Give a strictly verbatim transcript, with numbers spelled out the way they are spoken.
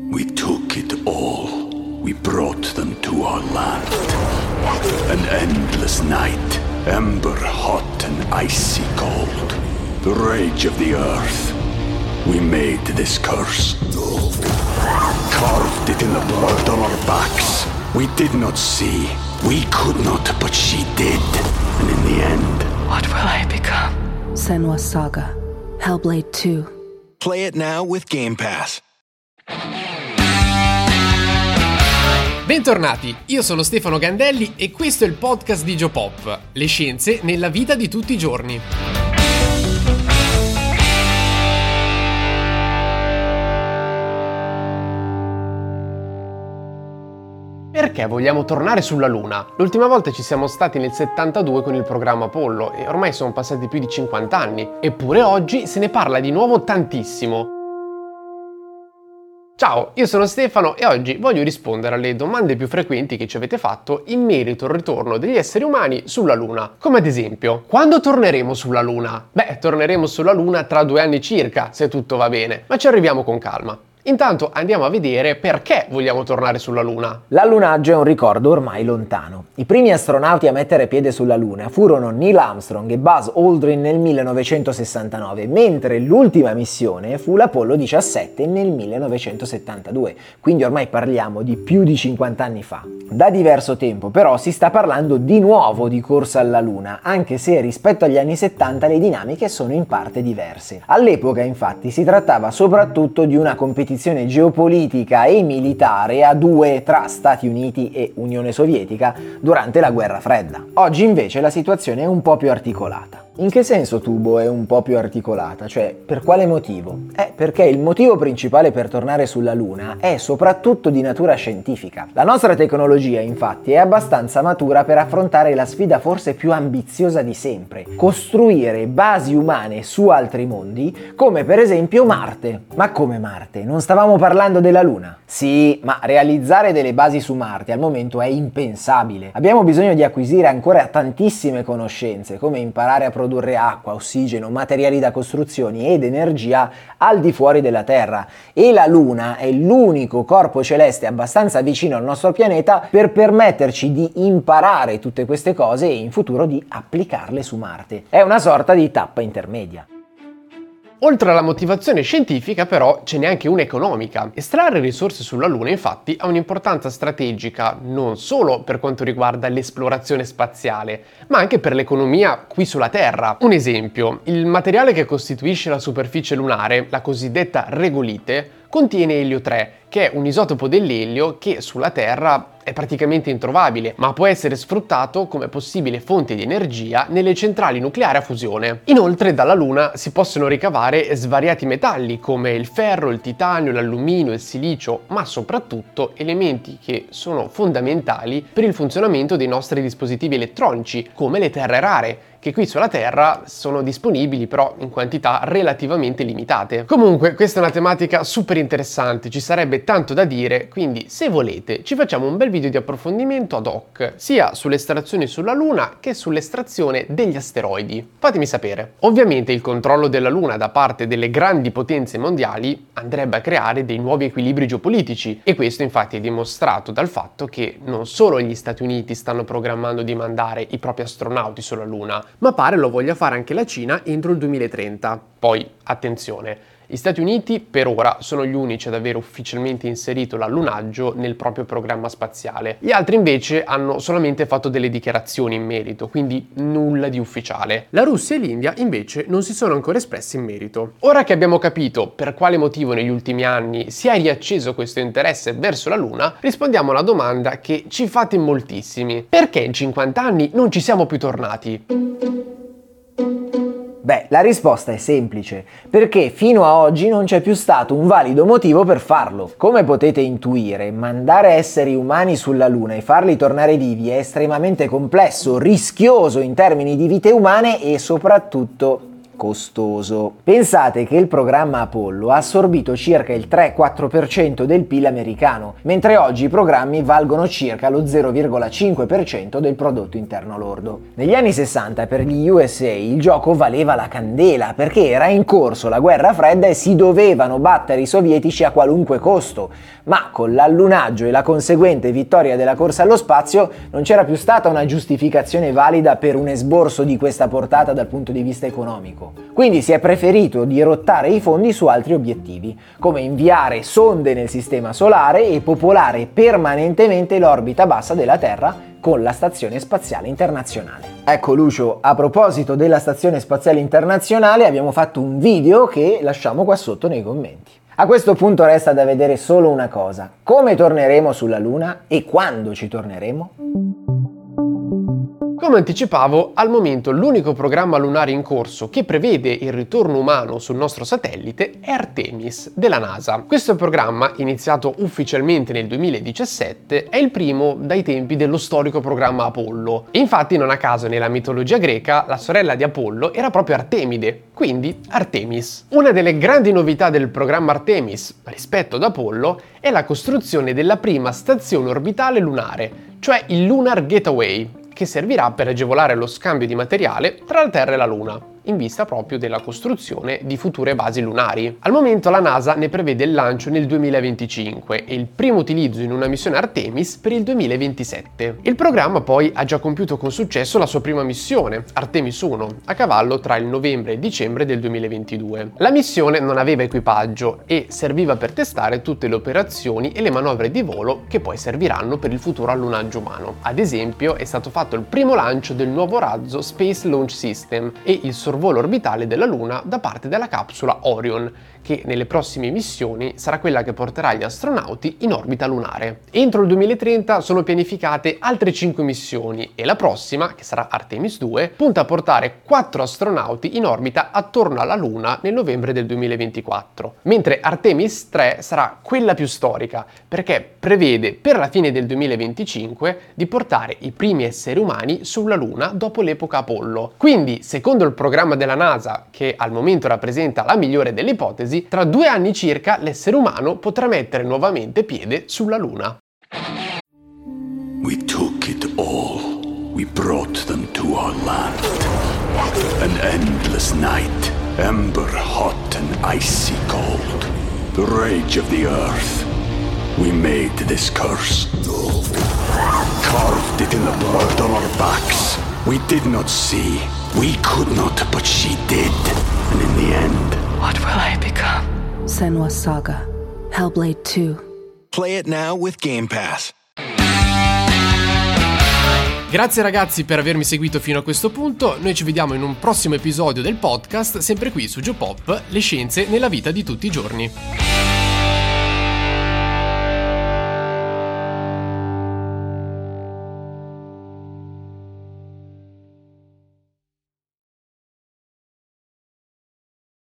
We took it all. We brought them to our land. An endless night, ember hot and icy cold. The rage of the earth. We made this curse. Carved it in the blood on our backs. We did not see. We could not, but she did. And in the end... What will I become? Senua's Saga. Hellblade two. Play it now with Game Pass. Bentornati, io sono Stefano Gandelli e questo è il podcast di Geopop, le scienze nella vita di tutti i giorni. Perché vogliamo tornare sulla Luna? L'ultima volta ci siamo stati nel settantadue con il programma Apollo e ormai sono passati più di cinquanta anni. Eppure oggi se ne parla di nuovo tantissimo. Ciao, io sono Stefano e oggi voglio rispondere alle domande più frequenti che ci avete fatto in merito al ritorno degli esseri umani sulla Luna. Come ad esempio, quando torneremo sulla Luna? Beh, torneremo sulla Luna tra due anni circa, se tutto va bene, ma ci arriviamo con calma. Intanto andiamo a vedere perché vogliamo tornare sulla Luna. L'allunaggio è un ricordo ormai lontano. I primi astronauti a mettere piede sulla Luna furono Neil Armstrong e Buzz Aldrin nel millenovecentosessantanove, mentre l'ultima missione fu l'Apollo diciassette nel millenovecentosettantadue, quindi ormai parliamo di più di cinquanta anni fa. Da diverso tempo però si sta parlando di nuovo di corsa alla Luna, anche se rispetto agli anni settanta le dinamiche sono in parte diverse. All'epoca infatti si trattava soprattutto di una competizione geopolitica e militare a due tra Stati Uniti e Unione Sovietica durante la Guerra Fredda. Oggi invece la situazione è un po' più articolata. In che senso, Tubo, è un po' più articolata? Cioè, per quale motivo? Eh, perché il motivo principale per tornare sulla Luna è soprattutto di natura scientifica. La nostra tecnologia, infatti, è abbastanza matura per affrontare la sfida forse più ambiziosa di sempre: costruire basi umane su altri mondi, come per esempio Marte. Ma come Marte? Non stavamo parlando della Luna? Sì, ma realizzare delle basi su Marte al momento è impensabile. Abbiamo bisogno di acquisire ancora tantissime conoscenze, come imparare a produrre produrre acqua, ossigeno, materiali da costruzioni ed energia al di fuori della Terra, e la Luna è l'unico corpo celeste abbastanza vicino al nostro pianeta per permetterci di imparare tutte queste cose e in futuro di applicarle su Marte. È una sorta di tappa intermedia. Oltre alla motivazione scientifica però ce n'è anche una economica. Estrarre risorse sulla Luna infatti ha un'importanza strategica non solo per quanto riguarda l'esplorazione spaziale, ma anche per l'economia qui sulla Terra. Un esempio, il materiale che costituisce la superficie lunare, la cosiddetta regolite, contiene elio tre, che è un isotopo dell'elio che sulla Terra è praticamente introvabile, ma può essere sfruttato come possibile fonte di energia nelle centrali nucleari a fusione. Inoltre dalla Luna si possono ricavare svariati metalli come il ferro, il titanio, l'alluminio, il silicio, ma soprattutto elementi che sono fondamentali per il funzionamento dei nostri dispositivi elettronici, come le terre rare, che qui sulla Terra sono disponibili però in quantità relativamente limitate. Comunque questa è una tematica super interessante, ci sarebbe tanto da dire, quindi se volete ci facciamo un bel video di approfondimento ad hoc, sia sull'estrazione sulla Luna che sull'estrazione degli asteroidi. Fatemi sapere. Ovviamente il controllo della Luna da parte delle grandi potenze mondiali andrebbe a creare dei nuovi equilibri geopolitici, e questo infatti è dimostrato dal fatto che non solo gli Stati Uniti stanno programmando di mandare i propri astronauti sulla Luna, ma pare lo voglia fare anche la Cina entro il duemilatrenta. Poi, attenzione, gli Stati Uniti per ora sono gli unici ad aver ufficialmente inserito l'allunaggio nel proprio programma spaziale. Gli altri invece hanno solamente fatto delle dichiarazioni in merito, quindi nulla di ufficiale. La Russia e l'India invece non si sono ancora espressi in merito. Ora che abbiamo capito per quale motivo negli ultimi anni si è riacceso questo interesse verso la Luna, rispondiamo a una domanda che ci fate in moltissimi. Perché in cinquanta anni non ci siamo più tornati? Beh, la risposta è semplice, perché fino a oggi non c'è più stato un valido motivo per farlo. Come potete intuire, mandare esseri umani sulla Luna e farli tornare vivi è estremamente complesso, rischioso in termini di vite umane e soprattutto costoso. Pensate che il programma Apollo ha assorbito circa il tre quattro per cento del P I L americano, mentre oggi i programmi valgono circa lo zero virgola cinque per cento del prodotto interno lordo. Negli anni sessanta per gli U S A il gioco valeva la candela perché era in corso la guerra fredda e si dovevano battere i sovietici a qualunque costo, ma con l'allunaggio e la conseguente vittoria della corsa allo spazio non c'era più stata una giustificazione valida per un esborso di questa portata dal punto di vista economico. Quindi si è preferito dirottare i fondi su altri obiettivi, come inviare sonde nel sistema solare e popolare permanentemente l'orbita bassa della Terra con la Stazione Spaziale Internazionale. Ecco Lucio, a proposito della Stazione Spaziale Internazionale abbiamo fatto un video che lasciamo qua sotto nei commenti. A questo punto resta da vedere solo una cosa: come torneremo sulla Luna e quando ci torneremo? Come anticipavo, al momento l'unico programma lunare in corso che prevede il ritorno umano sul nostro satellite è Artemis della NASA. Questo programma, iniziato ufficialmente nel duemiladiciassette, è il primo dai tempi dello storico programma Apollo. E infatti non a caso nella mitologia greca la sorella di Apollo era proprio Artemide, quindi Artemis. Una delle grandi novità del programma Artemis rispetto ad Apollo è la costruzione della prima stazione orbitale lunare, cioè il Lunar Gateway, che servirà per agevolare lo scambio di materiale tra la Terra e la Luna, in vista proprio della costruzione di future basi lunari. Al momento la NASA ne prevede il lancio nel duemilaventicinque e il primo utilizzo in una missione Artemis per il duemilaventisette. Il programma poi ha già compiuto con successo la sua prima missione, Artemis uno, a cavallo tra il novembre e il dicembre del duemilaventidue. La missione non aveva equipaggio e serviva per testare tutte le operazioni e le manovre di volo che poi serviranno per il futuro allunaggio umano. Ad esempio è stato fatto il primo lancio del nuovo razzo Space Launch System e il sorvolo orbitale della Luna da parte della capsula Orion, che nelle prossime missioni sarà quella che porterà gli astronauti in orbita lunare. Entro il duemilatrenta sono pianificate altre cinque missioni e la prossima, che sarà Artemis due, punta a portare quattro astronauti in orbita attorno alla Luna nel novembre del duemilaventiquattro, mentre Artemis tre sarà quella più storica perché prevede per la fine del duemilaventicinque di portare i primi esseri umani sulla Luna dopo l'epoca Apollo. Quindi, secondo il programma della NASA, che al momento rappresenta la migliore delle ipotesi, tra due anni circa l'essere umano potrà mettere nuovamente piede sulla Luna. We took it all. We brought them to our land. An endless night, ember hot and icy cold. The rage of the earth. We made this curse. Carved it in the blood on our backs. We did not see. We could not, but she did. And in the end, what will I become? Senua's Saga. Hellblade two. Play it now with Game Pass. Grazie ragazzi per avermi seguito fino a questo punto, noi ci vediamo in un prossimo episodio del podcast, sempre qui su Geopop, le scienze nella vita di tutti i giorni.